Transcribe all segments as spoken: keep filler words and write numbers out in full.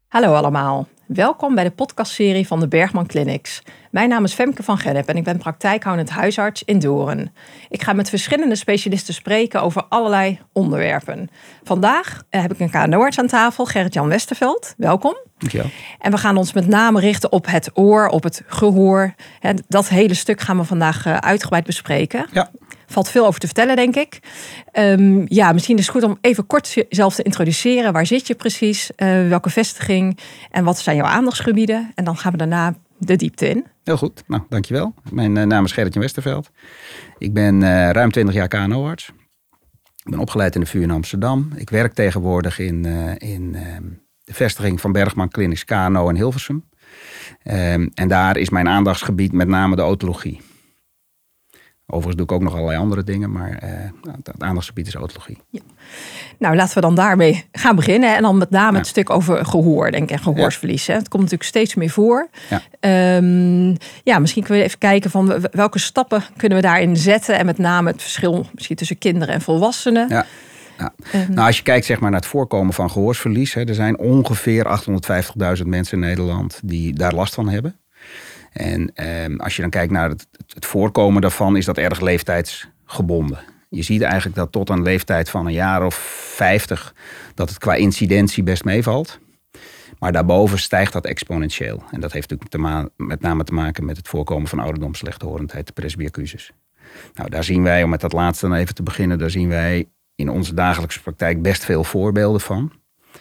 Hallo allemaal, welkom bij de podcastserie van de Bergman Clinics. Mijn naam is Femke van Gennep en ik ben praktijkhoudend huisarts in Doorn. Ik ga met verschillende specialisten spreken over allerlei onderwerpen. Vandaag heb ik een K N O-arts aan tafel, Gerrit-Jan Westerveld. Welkom. Dankjewel. En we gaan ons met name richten op het oor, op het gehoor. Dat hele stuk gaan we vandaag uitgebreid bespreken. Ja. Valt veel over te vertellen, denk ik. Um, ja, misschien is het goed om even kort jezelf te introduceren. Waar zit je precies? Uh, welke vestiging? En wat zijn jouw aandachtsgebieden? En dan gaan we daarna de diepte in. Heel goed. Nou, dankjewel. Mijn uh, naam is Gerrit-Jan Westerveld. Ik ben uh, ruim twintig jaar K N O-arts. Ik ben opgeleid in de V U in Amsterdam. Ik werk tegenwoordig in, uh, in uh, de vestiging van Bergman Clinics K N O in Hilversum. Um, en daar is mijn aandachtsgebied met name de otologie. Overigens doe ik ook nog allerlei andere dingen, maar uh, het aandachtsgebied is otologie. Ja. Nou, laten we dan daarmee gaan beginnen. En dan met name ja. het stuk over gehoor, denk ik, en gehoorsverlies. Ja. Het komt natuurlijk steeds meer voor. Ja. Um, ja, misschien kunnen we even kijken van welke stappen kunnen we daarin zetten. En met name het verschil misschien tussen kinderen en volwassenen. Ja. Ja. Um, nou, als je kijkt zeg maar, naar het voorkomen van gehoorsverlies. Hè, er zijn ongeveer achthonderdvijftigduizend mensen in Nederland die daar last van hebben. En eh, als je dan kijkt naar het, het voorkomen daarvan, is dat erg leeftijdsgebonden. Je ziet eigenlijk dat tot een leeftijd van een jaar of vijftig, dat het qua incidentie best meevalt. Maar daarboven stijgt dat exponentieel. En dat heeft natuurlijk te ma- met name te maken met het voorkomen van ouderdomsslechthorendheid, de presbyacusis. Nou, daar zien wij, om met dat laatste dan even te beginnen, daar zien wij in onze dagelijkse praktijk best veel voorbeelden van.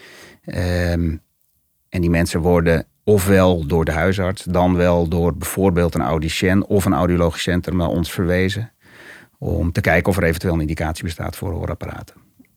Um, en die mensen worden ofwel door de huisarts, dan wel door bijvoorbeeld een audicien of een audiologisch centrum naar ons verwezen. Om te kijken of er eventueel een indicatie bestaat voor hoorapparaten.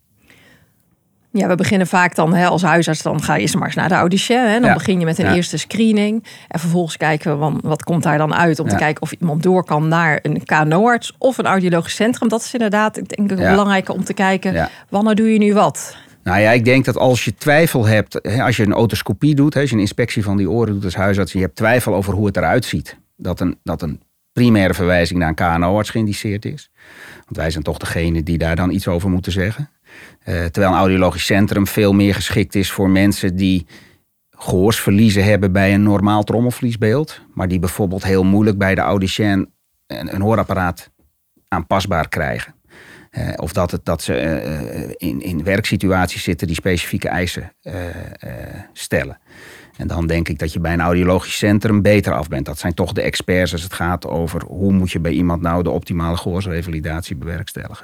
Ja, we beginnen vaak dan hè, als huisarts, dan ga je eerst maar eens naar de audicien. Hè, dan ja. begin je met een ja. eerste screening. En vervolgens kijken we, wat komt daar dan uit om ja. te kijken of iemand door kan naar een K N O-arts of een audiologisch centrum. Dat is inderdaad, ik denk, ja. belangrijker om te kijken, ja. wanneer doe je nu wat? Nou ja, ik denk dat als je twijfel hebt, als je een otoscopie doet, als je een inspectie van die oren doet als huisarts, en je hebt twijfel over hoe het eruit ziet, dat een, dat een primaire verwijzing naar een K N O-arts geïndiceerd is. Want wij zijn toch degene die daar dan iets over moeten zeggen. Uh, terwijl een audiologisch centrum veel meer geschikt is voor mensen die gehoorsverliezen hebben bij een normaal trommelvliesbeeld, maar die bijvoorbeeld heel moeilijk bij de audicien een, een hoorapparaat aanpasbaar krijgen. Uh, of dat, het, dat ze uh, in, in werksituaties zitten die specifieke eisen uh, uh, stellen. En dan denk ik dat je bij een audiologisch centrum beter af bent. Dat zijn toch de experts als het gaat over hoe moet je bij iemand nou de optimale gehoorsrevalidatie bewerkstelligen.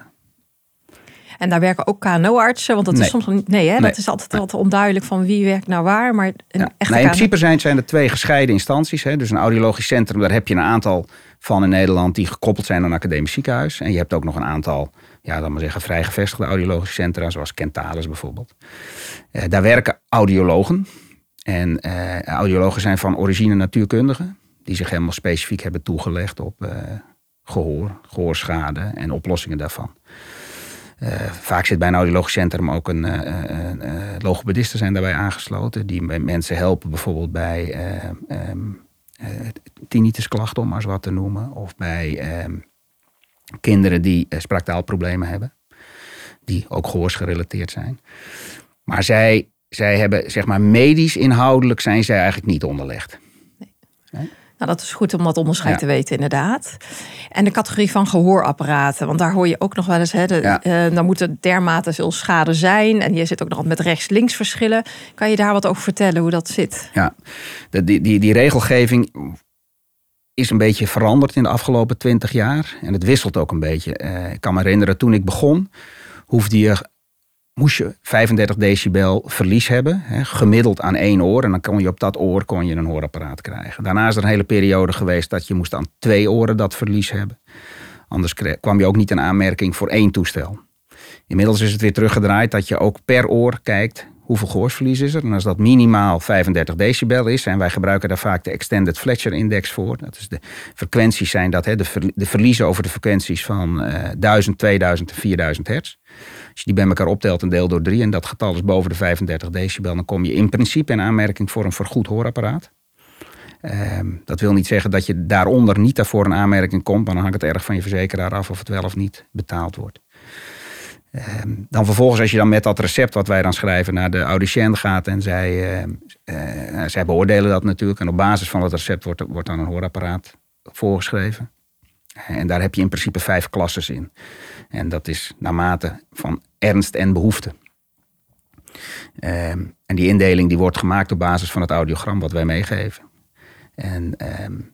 En daar werken ook K N O-artsen, want dat nee. is soms niet. Nee, hè? Nee. Dat is altijd nee. wat onduidelijk van wie werkt nou waar. Maar een ja. echte nee, in principe zijn, zijn er twee gescheiden instanties. Hè. Dus een audiologisch centrum, daar heb je een aantal van in Nederland die gekoppeld zijn aan een academisch ziekenhuis. En je hebt ook nog een aantal, ja, dan maar zeggen, vrij gevestigde audiologische centra, zoals Kentalis bijvoorbeeld. Uh, daar werken audiologen. En uh, audiologen zijn van origine natuurkundigen, die zich helemaal specifiek hebben toegelegd op uh, gehoor, gehoorschade en oplossingen daarvan. Uh, vaak zit bij een audiologisch centrum ook een uh, uh, uh, logopedisten zijn daarbij aangesloten. Die mensen helpen bijvoorbeeld bij uh, um, uh, tinnitusklachten, om maar eens wat te noemen. Of bij um, kinderen die uh, spraaktaalproblemen hebben. Die ook gehoorsgerelateerd zijn. Maar zij, zij hebben, zeg maar, medisch inhoudelijk zijn zij eigenlijk niet onderlegd. Nee. Nee? Nou, dat is goed om dat onderscheid ja. te weten, inderdaad. En de categorie van gehoorapparaten, want daar hoor je ook nog wel eens, hè, de, ja. uh, dan moet er dermate veel schade zijn. En je zit ook nog met rechts-links verschillen. Kan je daar wat over vertellen, hoe dat zit? Ja, de, die, die, die regelgeving is een beetje veranderd in de afgelopen twintig jaar. En het wisselt ook een beetje. Uh, ik kan me herinneren, toen ik begon, hoefde je... moest je vijfendertig decibel verlies hebben, hè, gemiddeld aan één oor. En dan kon je op dat oor kon je een hoorapparaat krijgen. Daarna is er een hele periode geweest dat je moest aan twee oren dat verlies hebben. Anders kwam je ook niet in aanmerking voor één toestel. Inmiddels is het weer teruggedraaid dat je ook per oor kijkt hoeveel gehoorsverlies is er. En als dat minimaal vijfendertig decibel is, en wij gebruiken daar vaak de Extended Fletcher Index voor. Dat is de frequenties zijn dat, hè, de, ver, de verliezen over de frequenties van uh, duizend, tweeduizend en vierduizend hertz. Als je die bij elkaar optelt en deelt door drie en dat getal is boven de vijfendertig decibel, dan kom je in principe in aanmerking voor een vergoed hoorapparaat. Uh, dat wil niet zeggen dat je daaronder niet daarvoor een aanmerking komt, maar dan hangt het erg van je verzekeraar af of het wel of niet betaald wordt. Um, dan vervolgens als je dan met dat recept wat wij dan schrijven naar de audiciënt gaat en zij, uh, uh, zij beoordelen dat natuurlijk. En op basis van dat recept wordt, wordt dan een hoorapparaat voorgeschreven. En daar heb je in principe vijf klasses in. En dat is naarmate van ernst en behoefte. Um, en die indeling die wordt gemaakt op basis van het audiogram wat wij meegeven. En um,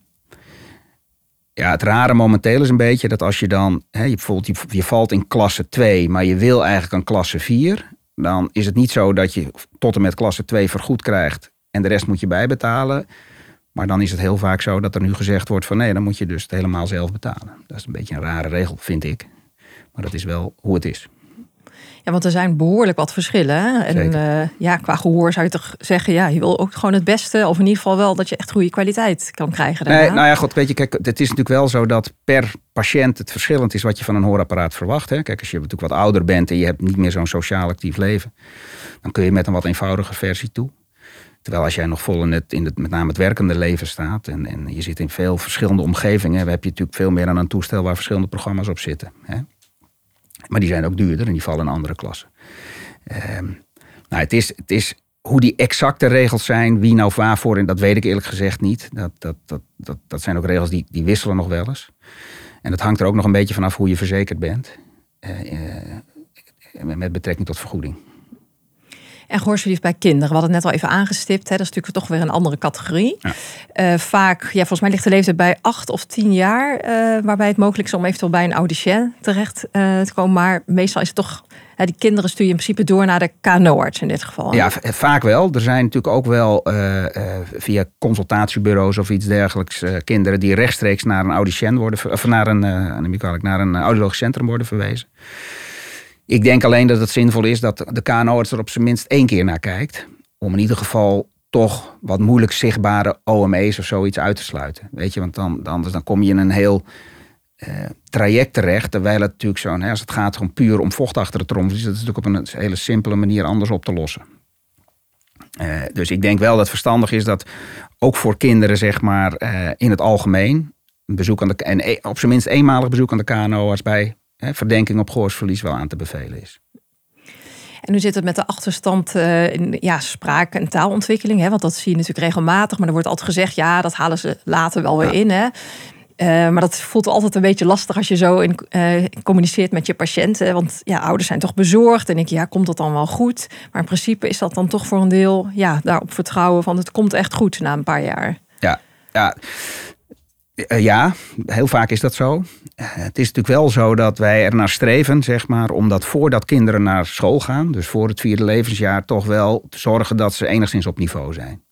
ja, het rare momenteel is een beetje dat als je dan, hè, je, bijvoorbeeld, je, je valt in klasse twee, maar je wil eigenlijk een klasse vier. Dan is het niet zo dat je tot en met klasse twee vergoed krijgt en de rest moet je bijbetalen. Maar dan is het heel vaak zo dat er nu gezegd wordt van nee, dan moet je dus het helemaal zelf betalen. Dat is een beetje een rare regel, vind ik. Maar dat is wel hoe het is. Ja, want er zijn behoorlijk wat verschillen. Hè? En uh, ja, qua gehoor zou je toch zeggen, ja, je wil ook gewoon het beste, of in ieder geval wel dat je echt goede kwaliteit kan krijgen daarna. Nee, nou ja, goed, weet je, kijk, het is natuurlijk wel zo dat per patiënt het verschillend is wat je van een hoorapparaat verwacht. Hè? Kijk, als je natuurlijk wat ouder bent en je hebt niet meer zo'n sociaal actief leven, dan kun je met een wat eenvoudige versie toe. Terwijl als jij nog vol in het, in het met name het werkende leven staat en, en je zit in veel verschillende omgevingen, dan heb je natuurlijk veel meer aan een toestel waar verschillende programma's op zitten. Hè? Maar die zijn ook duurder en die vallen in andere klassen. Um, nou, het is, het is hoe die exacte regels zijn, wie nou waarvoor, en dat weet ik eerlijk gezegd niet. Dat, dat, dat, dat, dat zijn ook regels die, die wisselen nog wel eens. En het hangt er ook nog een beetje vanaf hoe je verzekerd bent. Uh, uh, met betrekking tot vergoeding. En gehoorverlies bij kinderen, we hadden het net al even aangestipt. Hè? Dat is natuurlijk toch weer een andere categorie. Ja. Uh, vaak, ja, volgens mij ligt de leeftijd bij acht of tien jaar. Uh, waarbij het mogelijk is om eventueel bij een audiciënt terecht uh, te komen. Maar meestal is het toch, uh, die kinderen stuur je in principe door naar de K N O-arts in dit geval. Hè? Ja, v- vaak wel. Er zijn natuurlijk ook wel uh, uh, via consultatiebureaus of iets dergelijks uh, kinderen die rechtstreeks naar een audiciënt worden, of naar een, uh, naar een audiologisch centrum worden verwezen. Ik denk alleen dat het zinvol is dat de K N O-arts er op zijn minst één keer naar kijkt. Om in ieder geval toch wat moeilijk zichtbare O M E's of zoiets uit te sluiten. Weet je, want dan, dan, dan kom je in een heel uh, traject terecht. Terwijl het natuurlijk zo, hè, als het gaat om puur om vocht achter de tromvlies, dat is natuurlijk op een hele simpele manier anders op te lossen. Uh, dus ik denk wel dat het verstandig is dat ook voor kinderen, zeg maar, uh, in het algemeen, een bezoek aan de, en op zijn minst eenmalig bezoek aan de K N O-arts bij He, verdenking op gehoorsverlies wel aan te bevelen is. En hoe zit het met de achterstand uh, in ja, spraak- en taalontwikkeling? Hè? Want dat zie je natuurlijk regelmatig. Maar er wordt altijd gezegd, ja, dat halen ze later wel weer ja. in. Hè? Uh, maar dat voelt altijd een beetje lastig als je zo in, uh, communiceert met je patiënten. Want ja, ouders zijn toch bezorgd. En ik, ja, komt dat dan wel goed? Maar in principe is dat dan toch voor een deel ja, daarop vertrouwen van het komt echt goed na een paar jaar. Ja, ja. Uh, ja, heel vaak is dat zo. Uh, het is natuurlijk wel zo dat wij er naar streven, zeg maar, omdat voordat kinderen naar school gaan, dus voor het vierde levensjaar, toch wel te zorgen dat ze enigszins op niveau zijn.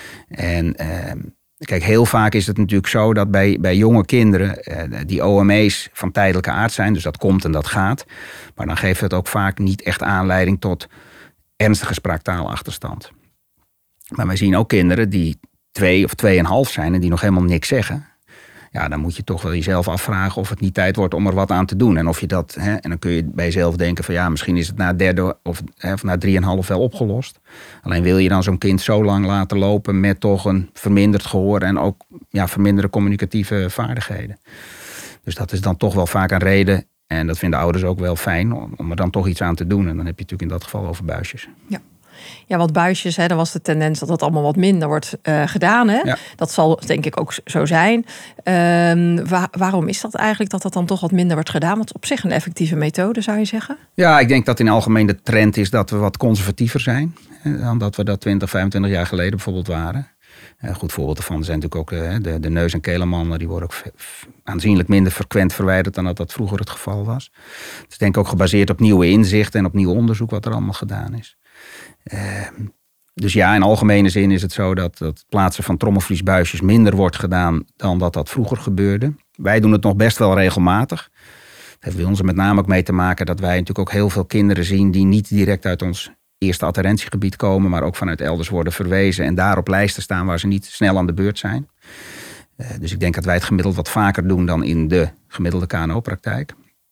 En uh, kijk, heel vaak is het natuurlijk zo dat bij, bij jonge kinderen uh, die O M E's van tijdelijke aard zijn, dus dat komt en dat gaat. Maar dan geeft het ook vaak niet echt aanleiding tot ernstige spraaktaalachterstand. Maar wij zien ook kinderen die twee of tweeënhalf zijn en die nog helemaal niks zeggen. Ja, dan moet je toch wel jezelf afvragen of het niet tijd wordt om er wat aan te doen. En of je dat, hè, en dan kun je bij jezelf denken van ja, misschien is het na derde of, hè, of na drieënhalf wel opgelost. Alleen wil je dan zo'n kind zo lang laten lopen met toch een verminderd gehoor en ook ja, verminderde communicatieve vaardigheden. Dus dat is dan toch wel vaak een reden. En dat vinden ouders ook wel fijn om, om er dan toch iets aan te doen. En dan heb je natuurlijk in dat geval over buisjes. Ja. Ja, want buisjes, hè, dan was de tendens dat het allemaal wat minder wordt uh, gedaan. Hè? Ja. Dat zal denk ik ook zo zijn. Um, waar, waarom is dat eigenlijk dat dat dan toch wat minder wordt gedaan? Want op zich een effectieve methode, zou je zeggen? Ja, ik denk dat in het algemeen de trend is dat we wat conservatiever zijn dan dat we dat twintig, vijfentwintig jaar geleden bijvoorbeeld waren. Een goed voorbeeld daarvan zijn natuurlijk ook uh, de, de neus- en kelenmannen. Die worden ook aanzienlijk minder frequent verwijderd dan dat dat vroeger het geval was. Het is denk ik ook gebaseerd op nieuwe inzichten en op nieuw onderzoek wat er allemaal gedaan is. Uh, dus ja, in algemene zin is het zo dat het plaatsen van trommelvliesbuisjes minder wordt gedaan dan dat dat vroeger gebeurde. Wij doen het nog best wel regelmatig. Het heeft bij ons er met name ook mee te maken dat wij natuurlijk ook heel veel kinderen zien die niet direct uit ons eerste adherentiegebied komen, maar ook vanuit elders worden verwezen en daar op lijsten staan waar ze niet snel aan de beurt zijn. Uh, dus ik denk dat wij het gemiddeld wat vaker doen dan in de gemiddelde K N O-praktijk.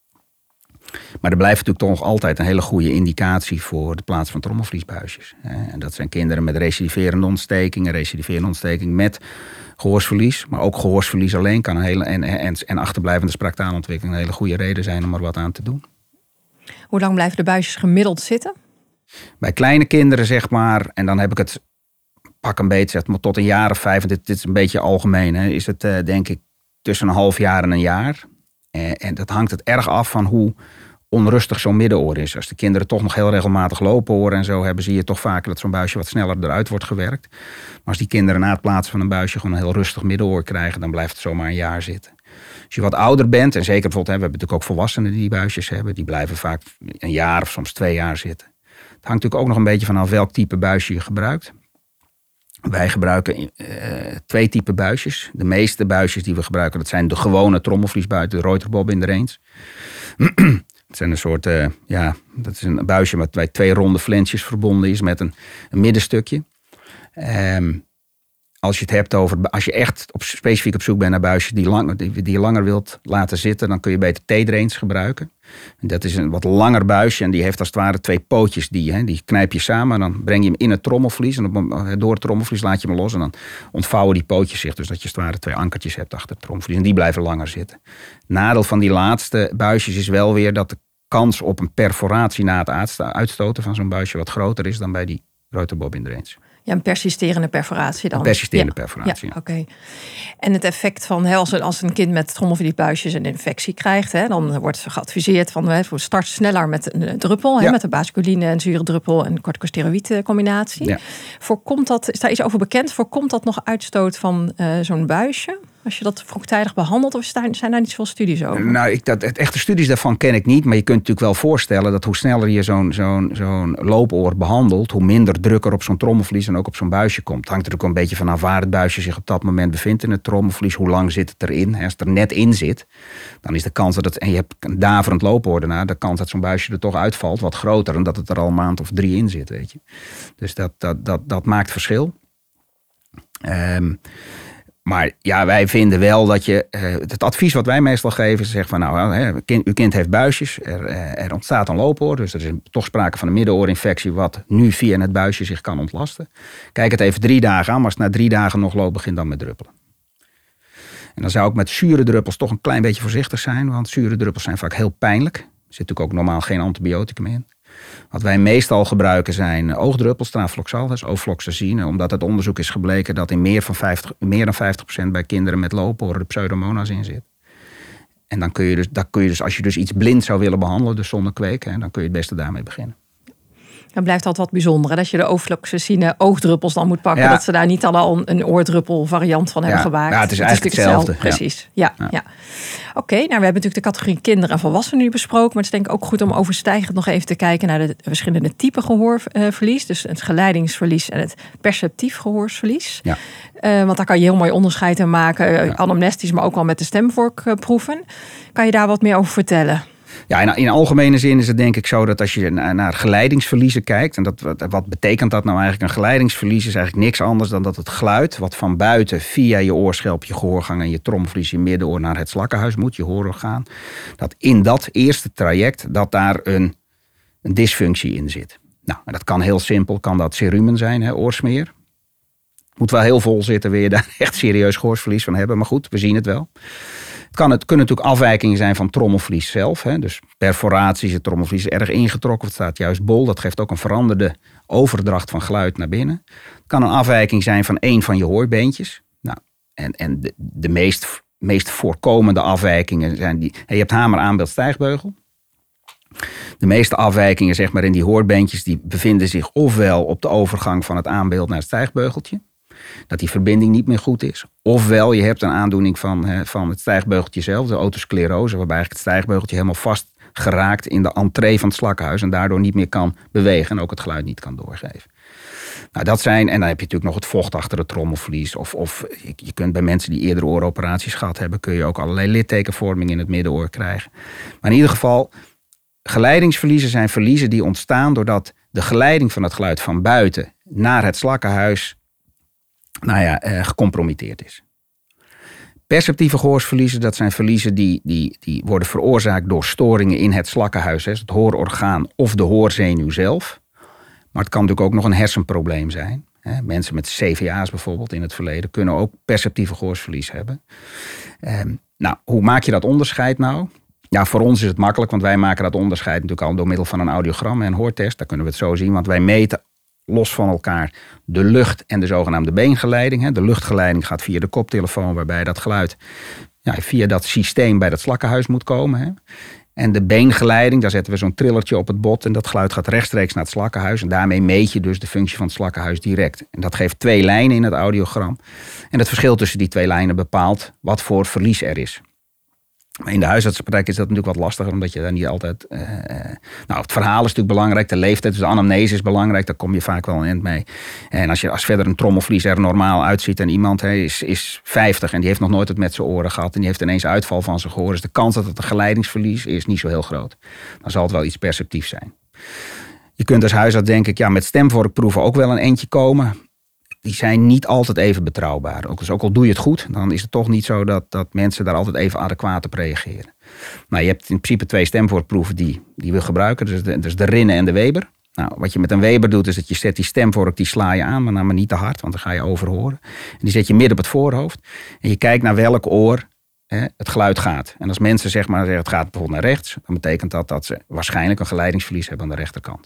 Maar er blijft natuurlijk toch altijd een hele goede indicatie voor de plaats van trommelvliesbuisjes. En dat zijn kinderen met recidiverende ontsteking, een recidiverende ontsteking met gehoorsverlies. Maar ook gehoorsverlies alleen kan een hele, en, en, en achterblijvende spraaktaalontwikkeling een hele goede reden zijn om er wat aan te doen. Hoe lang blijven de buisjes gemiddeld zitten? Bij kleine kinderen zeg maar, en dan heb ik het pak een beetje, zeg maar, tot een jaar of vijf. En dit, dit is een beetje algemeen. Hè, is het uh, denk ik tussen een half jaar en een jaar. En, en dat hangt het erg af van hoe onrustig zo'n middenoor is. Als de kinderen toch nog heel regelmatig lopen horen en zo hebben, zie je toch vaker dat zo'n buisje wat sneller eruit wordt gewerkt. Maar als die kinderen na het plaatsen van een buisje gewoon een heel rustig middenoor krijgen, dan blijft het zomaar een jaar zitten. Als je wat ouder bent, en zeker bijvoorbeeld, hè, we hebben natuurlijk ook volwassenen die die buisjes hebben, die blijven vaak een jaar of soms twee jaar zitten. Het hangt natuurlijk ook nog een beetje vanaf welk type buisje je gebruikt. Wij gebruiken uh, twee typen buisjes. De meeste buisjes die we gebruiken, dat zijn de gewone trommelvliesbuiten, de Reuterbob in de range. Het zijn een soort, uh, ja, dat is een buisje met bij twee ronde flensjes verbonden is met een, een middenstukje. Um, als je het hebt over, als je echt op, specifiek op zoek bent naar buisjes die, lang, die, die je langer wilt laten zitten, dan kun je beter T-Range gebruiken. En dat is een wat langer buisje en die heeft als het ware twee pootjes. Die, hè, die knijp je samen en dan breng je hem in het trommelvlies. En op, door het trommelvlies laat je hem los en dan ontvouwen die pootjes zich. Dus dat je als het ware twee ankertjes hebt achter het trommelvlies. En die blijven langer zitten. Nadeel van die laatste buisjes is wel weer dat de kans op een perforatie na het uitstoten van zo'n buisje wat groter is dan bij die Reuterbob in de range. Ja, een persisterende perforatie dan. Een persisterende ja. perforatie, ja. ja. Oké. Okay. En het effect van, hè, als, een, als een kind met trommelvliesbuisjes een infectie krijgt, hè, dan wordt geadviseerd van, hè, start sneller met een druppel, ja. hè, met de basiculine en zure druppel en corticosteroïd combinatie. Ja. Voorkomt dat, is daar iets over bekend? Voorkomt dat nog uitstoot van uh, zo'n buisje? Als je dat vroegtijdig behandelt, of zijn daar niet veel studies over? Nou, ik, dat, het echte studies daarvan ken ik niet. Maar je kunt natuurlijk wel voorstellen dat hoe sneller je zo'n, zo'n, zo'n loopoor behandelt, hoe minder druk er op zo'n trommelvlies en ook op zo'n buisje komt. Het hangt er ook een beetje vanaf waar het buisje zich op dat moment bevindt in het trommelvlies. Hoe lang zit het erin? Als het er net in zit, dan is de kans dat het, en je hebt een daverend loopoor daarna, de kans dat zo'n buisje er toch uitvalt wat groter dan dat het er al een maand of drie in zit, weet je. Dus dat, dat, dat, dat maakt verschil. Um, Maar ja, wij vinden wel dat je, uh, het advies wat wij meestal geven is zeg van nou, hè, kind, uw kind heeft buisjes, er, uh, er ontstaat een loopoor, dus er is toch sprake van een middenoorinfectie wat nu via het buisje zich kan ontlasten. Kijk het even drie dagen aan, maar als het na drie dagen nog loopt, begin dan met druppelen. En dan zou ik met zure druppels toch een klein beetje voorzichtig zijn, want zure druppels zijn vaak heel pijnlijk. Er zit natuurlijk ook normaal geen antibioticum in. Wat wij meestal gebruiken zijn oogdruppels, trafloxal, dus ofloxacine. Omdat het onderzoek is gebleken dat in meer, van vijftig, meer dan vijftig procent bij kinderen met looporen de pseudomonas in zit. En dan kun je dus, dan kun je dus, als je dus iets blind zou willen behandelen, dus zonder kweken, dan kun je het beste daarmee beginnen. Dan blijft altijd wat bijzonder. Hè? Dat je de ofloxacine oogdruppels dan moet pakken. Ja. Dat ze daar niet al een oordruppel variant van hebben ja. gemaakt. Ja, het is eigenlijk het is hetzelfde. hetzelfde. Precies, ja. ja. ja. Oké, okay, nou we hebben natuurlijk de categorie kinderen en volwassenen nu besproken. Maar het is denk ik ook goed om overstijgend nog even te kijken naar de verschillende typen gehoorverlies. Dus het geleidingsverlies en het perceptief gehoorsverlies. Ja. Uh, want daar kan je heel mooi onderscheid in maken. Ja. Anamnestisch, maar ook wel met de stemvorkproeven. Kan je daar wat meer over vertellen? Ja, in, in algemene zin is het denk ik zo dat als je naar, naar geleidingsverliezen kijkt, en dat, wat, wat betekent dat nou eigenlijk? Een geleidingsverlies is eigenlijk niks anders dan dat het geluid wat van buiten via je oorschelp, je gehoorgang en je trommelvlies, je middenoor naar het slakkenhuis moet, je hoororgaan, dat in dat eerste traject dat daar een, een dysfunctie in zit. Nou, en dat kan heel simpel, kan dat cerumen zijn, hè, oorsmeer. Moet wel heel vol zitten, wil je daar echt serieus gehoorsverlies van hebben, maar goed, we zien het wel. Het, kan, het kunnen natuurlijk afwijkingen zijn van trommelvlies zelf. Hè. Dus perforaties, het trommelvlies is erg ingetrokken. Het staat juist bol. Dat geeft ook een veranderde overdracht van geluid naar binnen. Het kan een afwijking zijn van één van je hoorbeentjes. Nou, en en de, de meest, meest voorkomende afwijkingen zijn die. Je hebt hamer, aanbeeld, stijgbeugel. De meeste afwijkingen zeg maar in die hoorbeentjes die bevinden zich ofwel op de overgang van het aanbeeld naar het stijgbeugeltje. Dat die verbinding niet meer goed is. Ofwel je hebt een aandoening van, hè, van het stijgbeugeltje zelf, de otosclerose, waarbij eigenlijk het stijgbeugeltje helemaal vast geraakt in de entree van het slakkenhuis en daardoor niet meer kan bewegen en ook het geluid niet kan doorgeven. Nou, dat zijn, en dan heb je natuurlijk nog het vocht achter het trommelvlies. Of, of je kunt bij mensen die eerder ooroperaties gehad hebben, kun je ook allerlei littekenvorming in het middenoor krijgen. Maar in ieder geval, geleidingsverliezen zijn verliezen die ontstaan doordat de geleiding van het geluid van buiten naar het slakkenhuis nou ja, eh, gecompromitteerd is. Perceptieve gehoorsverliezen, dat zijn verliezen die, die, die worden veroorzaakt door storingen in het slakkenhuis, het hoororgaan of de hoorzenuw zelf. Maar het kan natuurlijk ook nog een hersenprobleem zijn. Mensen met C V A's bijvoorbeeld in het verleden kunnen ook perceptieve gehoorsverlies hebben. Um, nou, hoe maak je dat onderscheid nou? Ja, voor ons is het makkelijk, want wij maken dat onderscheid natuurlijk al door middel van een audiogram en een hoortest. Daar kunnen we het zo zien, want wij meten los van elkaar de lucht en de zogenaamde beengeleiding. De luchtgeleiding gaat via de koptelefoon, waarbij dat geluid ja, via dat systeem bij dat slakkenhuis moet komen. En de beengeleiding, daar zetten we zo'n trillertje op het bot en dat geluid gaat rechtstreeks naar het slakkenhuis. En daarmee meet je dus de functie van het slakkenhuis direct. En dat geeft twee lijnen in het audiogram. En het verschil tussen die twee lijnen bepaalt wat voor verlies er is. Maar in de huisartsenpraktijk is dat natuurlijk wat lastiger, omdat je daar niet altijd... Uh, nou, het verhaal is natuurlijk belangrijk, de leeftijd, dus de anamnese is belangrijk, daar kom je vaak wel een eind mee. En als je als verder een trommelvlies er normaal uitziet en iemand hey, is, is vijftig en die heeft nog nooit het met zijn oren gehad en die heeft ineens uitval van zijn gehoor, dus de kans dat het een geleidingsverlies is niet zo heel groot. Dan zal het wel iets perceptiefs zijn. Je kunt als huisarts denk ik ja, met stemvorkproeven ook wel een eindje komen. Die zijn niet altijd even betrouwbaar. Ook, dus ook al doe je het goed, dan is het toch niet zo dat, dat mensen daar altijd even adequaat op reageren. Nou, je hebt in principe twee stemvorkproeven die, die we gebruiken. Dus de, dus de Rinne en de Weber. Nou, wat je met een Weber doet, is dat je zet die stemvork, die sla je aan, maar, nou, maar niet te hard, want dan ga je overhoren. En die zet je midden op het voorhoofd. En je kijkt naar welk oor hè, het geluid gaat. En als mensen zeg maar, zeggen het gaat bijvoorbeeld naar rechts, dan betekent dat dat ze waarschijnlijk een geleidingsverlies hebben aan de rechterkant.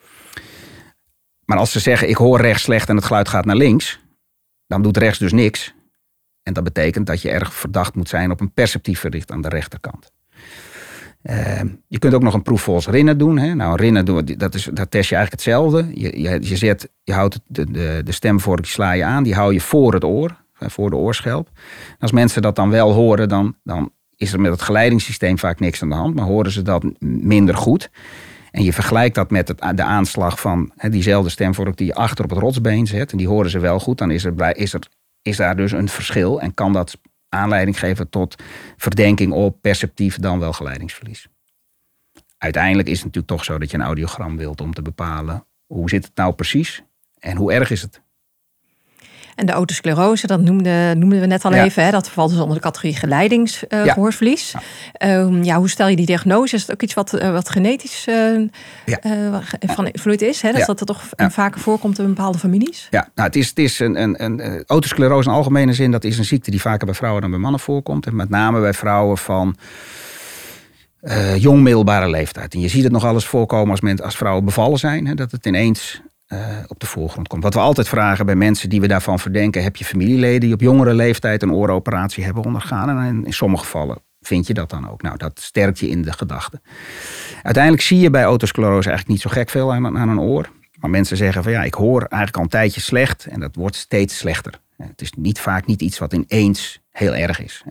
Maar als ze zeggen, ik hoor rechts slecht en het geluid gaat naar links, dan doet rechts dus niks. En dat betekent dat je erg verdacht moet zijn op een perceptief verlies aan de rechterkant. Uh, je kunt ook nog een proef volgens Rinne doen. Hè? Nou, Rinne, dat, is, dat test je eigenlijk hetzelfde. Je, je, je, zet, je houdt de, de, de stemvork, die sla je aan, die hou je voor het oor, voor de oorschelp. En als mensen dat dan wel horen, dan, dan is er met het geleidingssysteem vaak niks aan de hand. Maar horen ze dat minder goed. En je vergelijkt dat met het, de aanslag van he, diezelfde stemvork die je achter op het rotsbeen zet. En die horen ze wel goed. Dan is er, is, er, is daar dus een verschil. En kan dat aanleiding geven tot verdenking op perceptief dan wel geleidingsverlies. Uiteindelijk is het natuurlijk toch zo dat je een audiogram wilt om te bepalen hoe zit het nou precies en hoe erg is het. En de otosclerose, dat noemden, noemden we net al ja. even. Hè? Dat valt dus onder de categorie geleidingsgehoorverlies. Uh, ja. Um, ja, hoe stel je die diagnose? Is het ook iets wat, uh, wat genetisch uh, ja. uh, van invloed is? Hè? Dat, ja. dat er toch ja. vaker voorkomt in bepaalde families? Ja, nou, het is, het is een, een, een, een otosclerose in algemene zin. Dat is een ziekte die vaker bij vrouwen dan bij mannen voorkomt. En met name bij vrouwen van uh, jong middelbare leeftijd. En je ziet het nog alles voorkomen als, men, als vrouwen bevallen zijn. Hè? Dat het ineens Uh, op de voorgrond komt. Wat we altijd vragen bij mensen die we daarvan verdenken, heb je familieleden die op jongere leeftijd een ooroperatie hebben ondergaan? En in, in sommige gevallen vind je dat dan ook. Nou, dat sterkt je in de gedachte. Uiteindelijk zie je bij otosclerose eigenlijk niet zo gek veel aan, aan een oor. Maar mensen zeggen van ja, ik hoor eigenlijk al een tijdje slecht en dat wordt steeds slechter. Het is niet, vaak niet iets wat ineens heel erg is.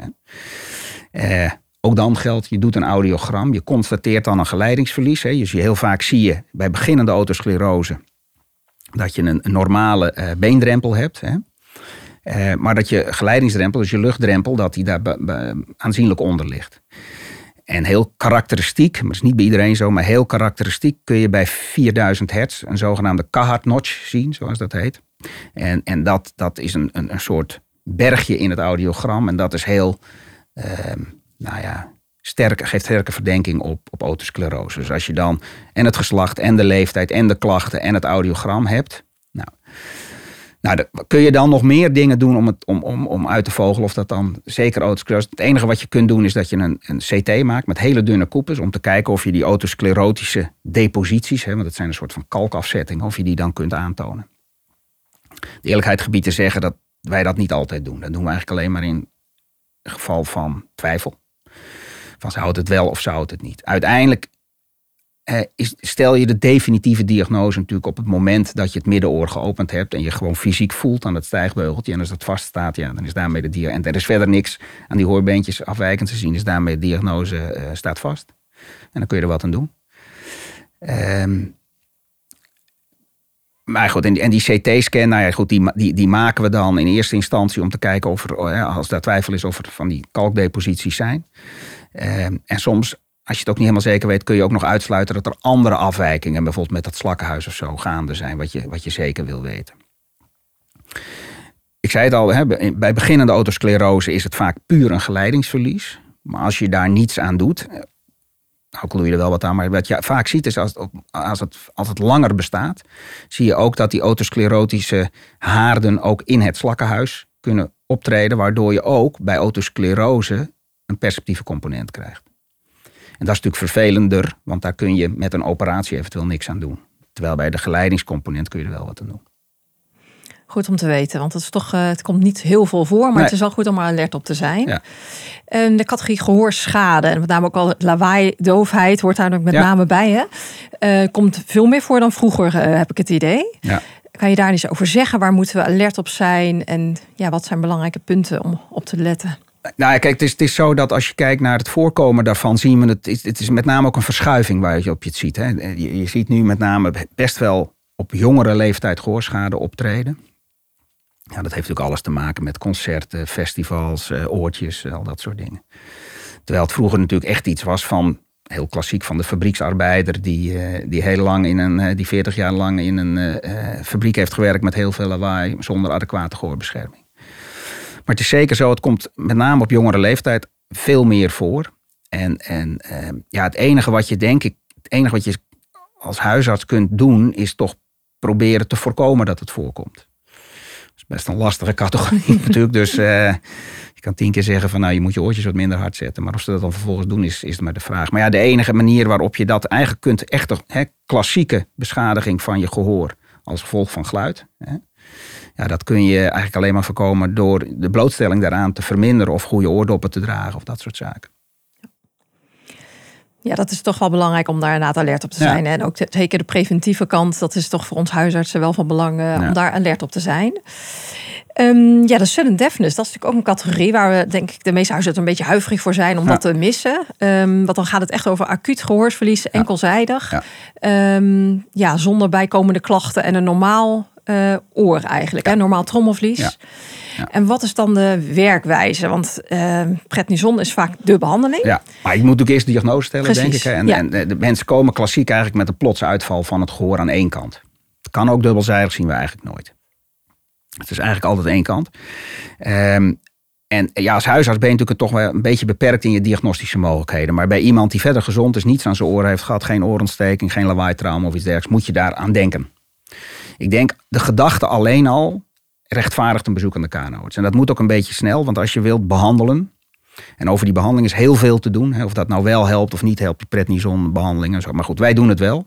Uh, ook dan geldt, je doet een audiogram, je constateert dan een geleidingsverlies. Hè. Dus heel vaak zie je bij beginnende otosclerose dat je een, een normale uh, beendrempel hebt. Hè? Uh, maar dat je geleidingsdrempel, dus je luchtdrempel, dat die daar be, be, aanzienlijk onder ligt. En heel karakteristiek, maar dat is niet bij iedereen zo, maar heel karakteristiek kun je bij vierduizend hertz een zogenaamde Carhart-notch zien, zoals dat heet. En, en dat, dat is een, een, een soort bergje in het audiogram. En dat is heel, uh, nou ja, sterk, geeft sterke verdenking op, op otosclerose. Dus als je dan en het geslacht en de leeftijd en de klachten en het audiogram hebt. Nou, nou de, kun je dan nog meer dingen doen om, het, om, om, om uit te vogelen of dat dan zeker otosclerose. Het enige wat je kunt doen is dat je een, een C T maakt met hele dunne koepels om te kijken of je die otosclerotische deposities, hè, want het zijn een soort van kalkafzettingen, of je die dan kunt aantonen. De eerlijkheid gebied te zeggen dat wij dat niet altijd doen. Dat doen we eigenlijk alleen maar in geval van twijfel. Van zou het het wel of zou het het niet. Uiteindelijk eh, is, stel je de definitieve diagnose natuurlijk op het moment dat je het middenoor geopend hebt en je gewoon fysiek voelt aan het stijgbeugeltje. En als dat vaststaat, ja, dan is daarmee de diagnose. En er is verder niks aan die hoorbeentjes afwijkend te zien. Dus daarmee de diagnose uh, staat vast. En dan kun je er wat aan doen. Um, maar goed, en die, en die C T-scan, nou ja, goed, die, die, die maken we dan in eerste instantie om te kijken of er, als daar twijfel is, of er van die kalkdeposities zijn. Uh, en soms, als je het ook niet helemaal zeker weet, kun je ook nog uitsluiten dat er andere afwijkingen, bijvoorbeeld met dat slakkenhuis of zo, gaande zijn, wat je, wat je zeker wil weten. Ik zei het al, hè, bij beginnende otosclerose is het vaak puur een geleidingsverlies. Maar als je daar niets aan doet, ook doe je er wel wat aan, maar wat je vaak ziet is als het, als het, als het langer bestaat, zie je ook dat die otosclerotische haarden ook in het slakkenhuis kunnen optreden, waardoor je ook bij otosclerose een perceptieve component krijgt. En dat is natuurlijk vervelender, want daar kun je met een operatie eventueel niks aan doen. Terwijl bij de geleidingscomponent kun je er wel wat aan doen. Goed om te weten, want het, is toch, uh, het komt niet heel veel voor, maar nee. Het is wel goed om er alert op te zijn. Ja. En de categorie gehoorschade, en met name ook al lawaai, doofheid, hoort daar ook met ja. name bij. Hè? Uh, komt veel meer voor dan vroeger, uh, heb ik het idee. Ja. Kan je daar iets over zeggen? Waar moeten we alert op zijn? En ja, wat zijn belangrijke punten om op te letten? Nou ja, kijk, het is, het is zo dat als je kijkt naar het voorkomen daarvan, zien we het. Het is met name ook een verschuiving waar je op je het ziet. Hè. Je, je ziet nu met name best wel op jongere leeftijd gehoorschade optreden. Ja, dat heeft natuurlijk alles te maken met concerten, festivals, uh, oortjes, al dat soort dingen. Terwijl het vroeger natuurlijk echt iets was van, heel klassiek, van de fabrieksarbeider die, uh, die heel lang in een, uh, die veertig jaar lang in een uh, fabriek heeft gewerkt met heel veel lawaai zonder adequate gehoorbescherming. Maar het is zeker zo, het komt met name op jongere leeftijd veel meer voor. En, en uh, ja, het enige wat je denk ik, het enige wat je als huisarts kunt doen, is toch proberen te voorkomen dat het voorkomt. Best een lastige categorie natuurlijk. Dus uh, je kan tien keer zeggen van nou, je moet je oortjes wat minder hard zetten. Maar of ze dat dan vervolgens doen, is, is maar de vraag. Maar ja, de enige manier waarop je dat eigenlijk kunt, echt hè, klassieke beschadiging van je gehoor als gevolg van geluid. Hè, ja, dat kun je eigenlijk alleen maar voorkomen door de blootstelling daaraan te verminderen of goede oordoppen te dragen of dat soort zaken. Ja, dat is toch wel belangrijk om daar inderdaad alert op te zijn. Ja. En ook zeker de preventieve kant, dat is toch voor ons huisartsen wel van belang uh, ja. om daar alert op te zijn. Um, ja, de sudden deafness, dat is natuurlijk ook een categorie waar we denk ik de meeste huisartsen een beetje huiverig voor zijn om ja. dat te missen. Um, want dan gaat het echt over acuut gehoorsverlies, enkelzijdig. Ja, ja. Um, ja zonder bijkomende klachten en een normaal uh, oor eigenlijk, ja. hè, normaal trommelvlies. Ja. Ja. En wat is dan de werkwijze? Want uh, prednison is vaak de behandeling. Ja, maar je moet natuurlijk eerst de diagnose stellen, Precies. denk ik. Hè? En, ja. en de mensen komen klassiek eigenlijk met een plotse uitval van het gehoor aan één kant. Het kan ook dubbelzijdig, zien we eigenlijk nooit. Het is eigenlijk altijd één kant. Um, en ja, als huisarts ben je natuurlijk toch wel een beetje beperkt in je diagnostische mogelijkheden. Maar bij iemand die verder gezond is, niets aan zijn oren heeft gehad, geen oorontsteking, geen lawaaitrauma of iets dergelijks, moet je daar aan denken. Ik denk, de gedachte alleen al rechtvaardigt een bezoek aan de K N O-arts. En dat moet ook een beetje snel, want als je wilt behandelen, en over die behandeling is heel veel te doen, hè, of dat nou wel helpt of niet helpt, die prednisonbehandeling en zo. Maar goed, wij doen het wel.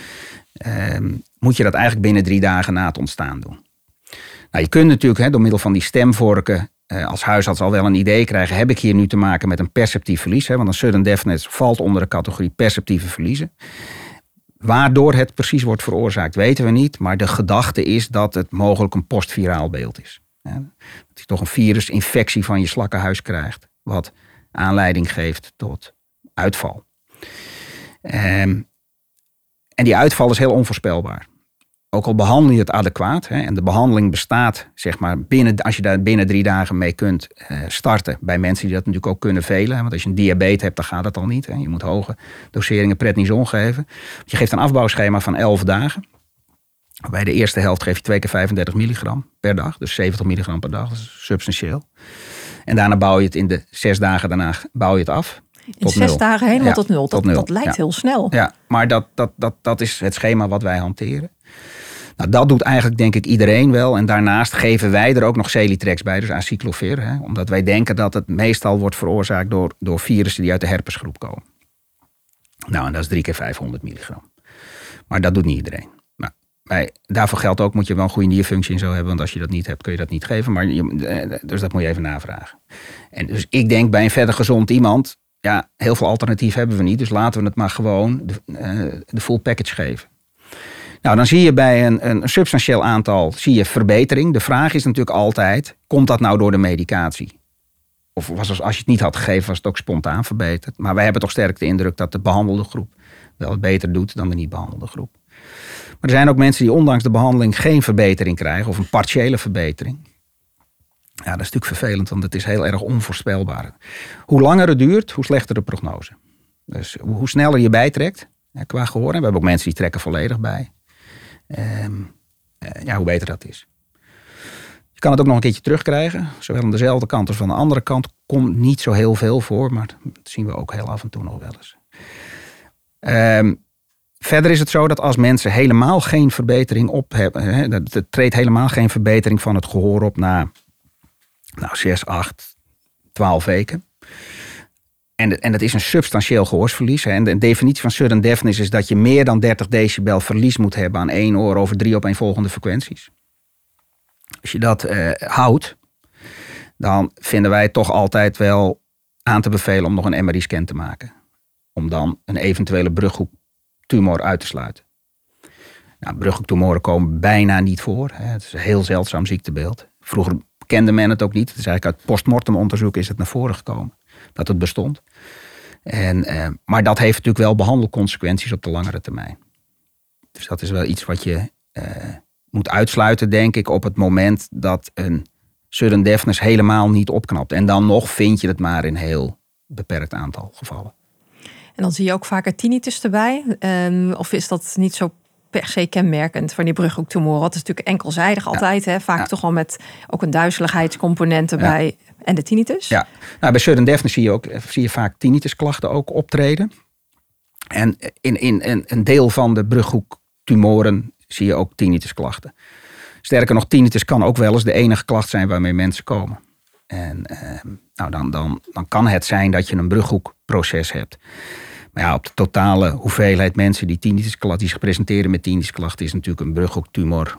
Um, moet je dat eigenlijk binnen drie dagen na het ontstaan doen. Nou, je kunt natuurlijk hè, door middel van die stemvorken uh, als huisarts al wel een idee krijgen, heb ik hier nu te maken met een perceptief verlies? Hè, want een sudden deafness valt onder de categorie perceptieve verliezen. Waardoor het precies wordt veroorzaakt, weten we niet. Maar de gedachte is dat het mogelijk een postviraal beeld is. Ja, dat je toch een virusinfectie van je slakkenhuis krijgt. Wat aanleiding geeft tot uitval. Um, en die uitval is heel onvoorspelbaar. Ook al behandel je het adequaat. Hè, en de behandeling bestaat, zeg maar, binnen, als je daar binnen drie dagen mee kunt uh, starten. Bij mensen die dat natuurlijk ook kunnen velen. Hè, want als je een diabetes hebt, dan gaat dat al niet. Hè. Je moet hoge doseringen prednison geven. Je geeft een afbouwschema van elf dagen. Bij de eerste helft geef je twee keer vijfendertig milligram per dag. Dus zeventig milligram per dag. Dat is substantieel. En daarna bouw je het in de zes dagen daarna bouw je het af. In zes nul. dagen helemaal ja, tot nul. Dat, tot nul. Dat lijkt ja. heel snel. Ja, maar dat, dat, dat, dat is het schema wat wij hanteren. Nou, dat doet eigenlijk denk ik iedereen wel. En daarnaast geven wij er ook nog Celitrex bij, dus acyclovir. Hè, omdat wij denken dat het meestal wordt veroorzaakt door, door virussen die uit de herpesgroep komen. Nou, en dat is drie keer vijfhonderd milligram. Maar dat doet niet iedereen. Nou, wij, daarvoor geldt ook, moet je wel een goede nierfunctie in zo hebben. Want als je dat niet hebt, kun je dat niet geven. Maar je, dus dat moet je even navragen. En dus ik denk bij een verder gezond iemand, ja, heel veel alternatief hebben we niet. Dus laten we het maar gewoon de, uh, de full package geven. Nou, dan zie je bij een, een substantieel aantal zie je verbetering. De vraag is natuurlijk altijd, komt dat nou door de medicatie? Of was het, als je het niet had gegeven, was het ook spontaan verbeterd. Maar wij hebben toch sterk de indruk dat de behandelde groep wel het beter doet dan de niet behandelde groep. Maar er zijn ook mensen die ondanks de behandeling geen verbetering krijgen of een partiële verbetering. Ja, dat is natuurlijk vervelend, want het is heel erg onvoorspelbaar. Hoe langer het duurt, hoe slechter de prognose. Dus hoe sneller je bijtrekt qua gehoor. En we hebben ook mensen die trekken volledig bij. Um, uh, ja, hoe beter dat is. Je kan het ook nog een keertje terugkrijgen. Zowel aan dezelfde kant als van de andere kant. Komt niet zo heel veel voor, maar dat zien we ook heel af en toe nog wel eens. Um, verder is het zo dat als mensen helemaal geen verbetering op hebben. Hè, er treedt helemaal geen verbetering van het gehoor op na nou, zes, acht, twaalf weken. En, en dat is een substantieel gehoorsverlies. Hè. En de definitie van sudden deafness is dat je meer dan dertig decibel verlies moet hebben aan één oor over drie opeenvolgende frequenties. Als je dat uh, houdt, dan vinden wij toch altijd wel aan te bevelen om nog een M R I-scan te maken. Om dan een eventuele brughoektumor uit te sluiten. Nou, brughoektumoren komen bijna niet voor. Hè. Het is een heel zeldzaam ziektebeeld. Vroeger kende men het ook niet. Het is eigenlijk uit postmortem onderzoek is het naar voren gekomen. Dat het bestond. En, eh, maar dat heeft natuurlijk wel behandelconsequenties op de langere termijn. Dus dat is wel iets wat je eh, moet uitsluiten, denk ik, op het moment dat een sudden deafness helemaal niet opknapt. En dan nog vind je het maar in een heel beperkt aantal gevallen. En dan zie je ook vaker tinnitus erbij. Um, of is dat niet zo per se kenmerkend van die brughoektumoren? Het is natuurlijk enkelzijdig altijd. Ja. Hè? Vaak ja. toch wel met ook een duizeligheidscomponent erbij. Ja. En de tinnitus? Ja, nou, bij sudden deafness zie je, ook, zie je vaak tinnitusklachten ook optreden. En in, in, in een deel van de brughoektumoren zie je ook tinnitusklachten. Sterker nog, tinnitus kan ook wel eens de enige klacht zijn waarmee mensen komen. En eh, nou, dan, dan, dan kan het zijn dat je een brughoekproces hebt. Maar ja, op de totale hoeveelheid mensen die tinnitusklachten, die zich presenteren met tinnitusklachten, is natuurlijk een brughoektumor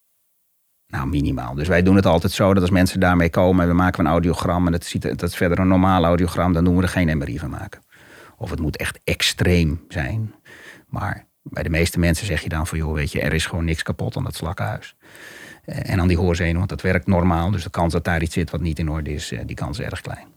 nou minimaal. Dus wij doen het altijd zo dat als mensen daarmee komen en we maken een audiogram en dat, ziet, dat is verder een normaal audiogram, dan doen we er geen M R I van maken. Of het moet echt extreem zijn. Maar bij de meeste mensen zeg je dan van, joh, weet je, er is gewoon niks kapot aan dat slakkenhuis. En aan die hoorzenuw, want dat werkt normaal. Dus de kans dat daar iets zit wat niet in orde is, die kans is erg klein.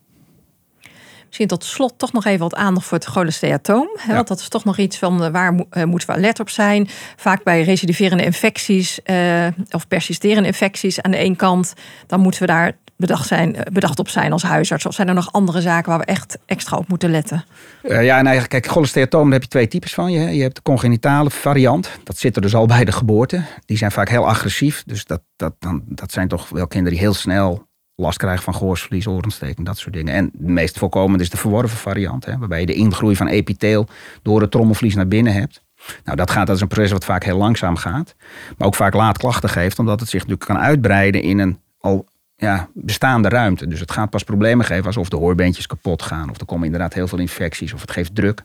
Misschien tot slot toch nog even wat aandacht voor het cholesteatoom. Ja. Want dat is toch nog iets van waar mo- uh, moeten we alert op zijn. Vaak bij recidiverende infecties uh, of persisterende infecties aan de ene kant. Dan moeten we daar bedacht, zijn, bedacht op zijn als huisarts. Of zijn er nog andere zaken waar we echt extra op moeten letten? Uh, ja, en eigenlijk, kijk, cholesteatoom, daar heb je twee types van. Je, je hebt de congenitale variant. Dat zit er dus al bij de geboorte. Die zijn vaak heel agressief. Dus dat, dat, dan, dat zijn toch wel kinderen die heel snel last krijgen van gehoorsverlies, oorontsteking, dat soort dingen. En de meest voorkomende is de verworven variant. Hè, waarbij je de ingroei van epitheel door het trommelvlies naar binnen hebt. Nou, dat, gaat, dat is een proces wat vaak heel langzaam gaat. Maar ook vaak laat klachten geeft. Omdat het zich natuurlijk kan uitbreiden in een al ja, bestaande ruimte. Dus het gaat pas problemen geven alsof de hoorbeentjes kapot gaan. Of er komen inderdaad heel veel infecties. Of het geeft druk.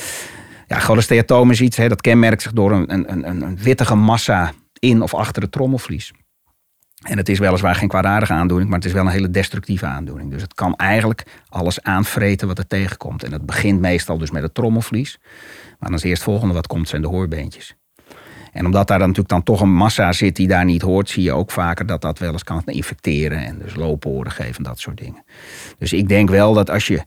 Ja, cholesteatoom is iets, hè, dat kenmerkt zich door een, een, een, een wittige massa in of achter het trommelvlies. En het is weliswaar geen kwaadaardige aandoening, maar het is wel een hele destructieve aandoening. Dus het kan eigenlijk alles aanvreten wat er tegenkomt. En dat begint meestal dus met het trommelvlies. Maar als eerstvolgende wat komt zijn de hoorbeentjes. En omdat daar dan natuurlijk dan toch een massa zit die daar niet hoort, zie je ook vaker dat dat wel eens kan infecteren en dus looporen geven en dat soort dingen. Dus ik denk wel dat als je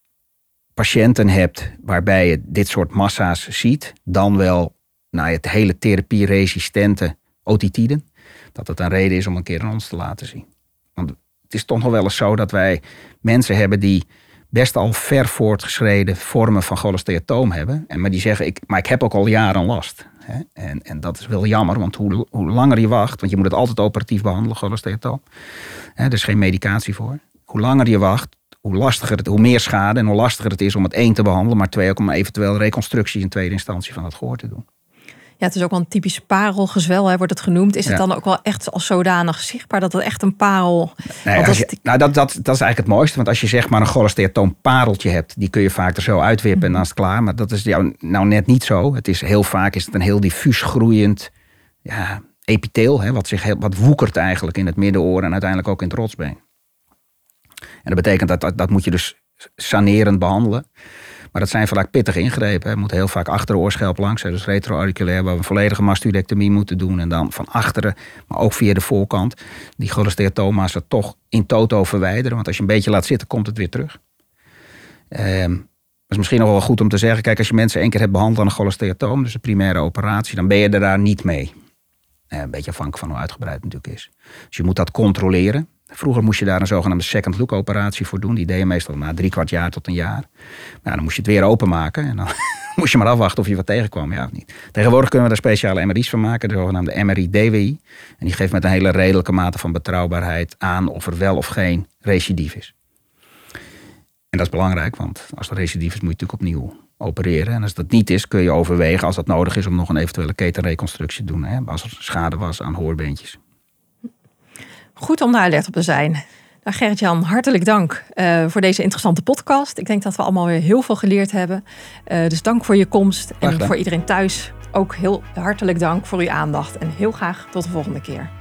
patiënten hebt waarbij je dit soort massa's ziet, dan wel nou, het hele therapieresistente otitiden, dat het een reden is om een keer aan ons te laten zien. Want het is toch nog wel eens zo dat wij mensen hebben die best al ver voortgeschreden vormen van cholesteatoom hebben. En maar die zeggen, ik, maar ik heb ook al jaren last. Hè? En, en dat is wel jammer, want hoe, hoe langer je wacht, want je moet het altijd operatief behandelen, cholesteatoom. Hè, er is geen medicatie voor. Hoe langer je wacht, hoe lastiger het, hoe meer schade en hoe lastiger het is om het één te behandelen, maar twee ook om eventueel reconstructie in tweede instantie van het gehoor te doen. Ja, het is ook wel een typisch parelgezwel, hè, wordt het genoemd. Is het ja. dan ook wel echt als zodanig zichtbaar dat het echt een parel... Nee, als je, het... Nou, dat, dat, dat is eigenlijk het mooiste. Want als je zeg maar een cholesteatoom pareltje hebt, die kun je vaak er zo uitwippen mm-hmm. en dan is het klaar. Maar dat is jou nou net niet zo. Het is heel vaak is het een heel diffuus groeiend ja, epitheel, hè, wat, zich heel, wat woekert eigenlijk in het middenoor en uiteindelijk ook in het rotsbeen. En dat betekent dat, dat, dat moet je dus sanerend behandelen. Maar dat zijn vaak pittige ingrepen. Je moet heel vaak achter de oorschelp langs. Dus retroauriculair, waar we een volledige mastudectomie moeten doen. En dan van achteren, maar ook via de voorkant, die cholesteatoma's er toch in toto verwijderen. Want als je een beetje laat zitten, komt het weer terug. Um, dat is misschien nog wel goed om te zeggen. Kijk, als je mensen één keer hebt behandeld aan een cholesteatoom, dus een primaire operatie, dan ben je er daar niet mee. Uh, een beetje afhankelijk van hoe uitgebreid het natuurlijk is. Dus je moet dat controleren. Vroeger moest je daar een zogenaamde second look operatie voor doen. Die deed je meestal na drie kwart jaar tot een jaar. Maar dan moest je het weer openmaken. En dan moest je maar afwachten of je wat tegenkwam, ja of niet. Tegenwoordig kunnen we daar speciale M R I's van maken. De zogenaamde M R I-D W I. En die geeft met een hele redelijke mate van betrouwbaarheid aan of er wel of geen recidief is. En dat is belangrijk, want als er recidief is moet je natuurlijk opnieuw opereren. En als dat niet is, kun je overwegen als dat nodig is om nog een eventuele ketenreconstructie te doen. Hè, als er schade was aan hoorbeentjes. Goed om daar alert op te zijn. Nou, Gerrit-Jan, hartelijk dank uh, voor deze interessante podcast. Ik denk dat we allemaal weer heel veel geleerd hebben. Uh, dus dank voor je komst. En voor iedereen thuis ook heel hartelijk dank voor uw aandacht. En heel graag tot de volgende keer.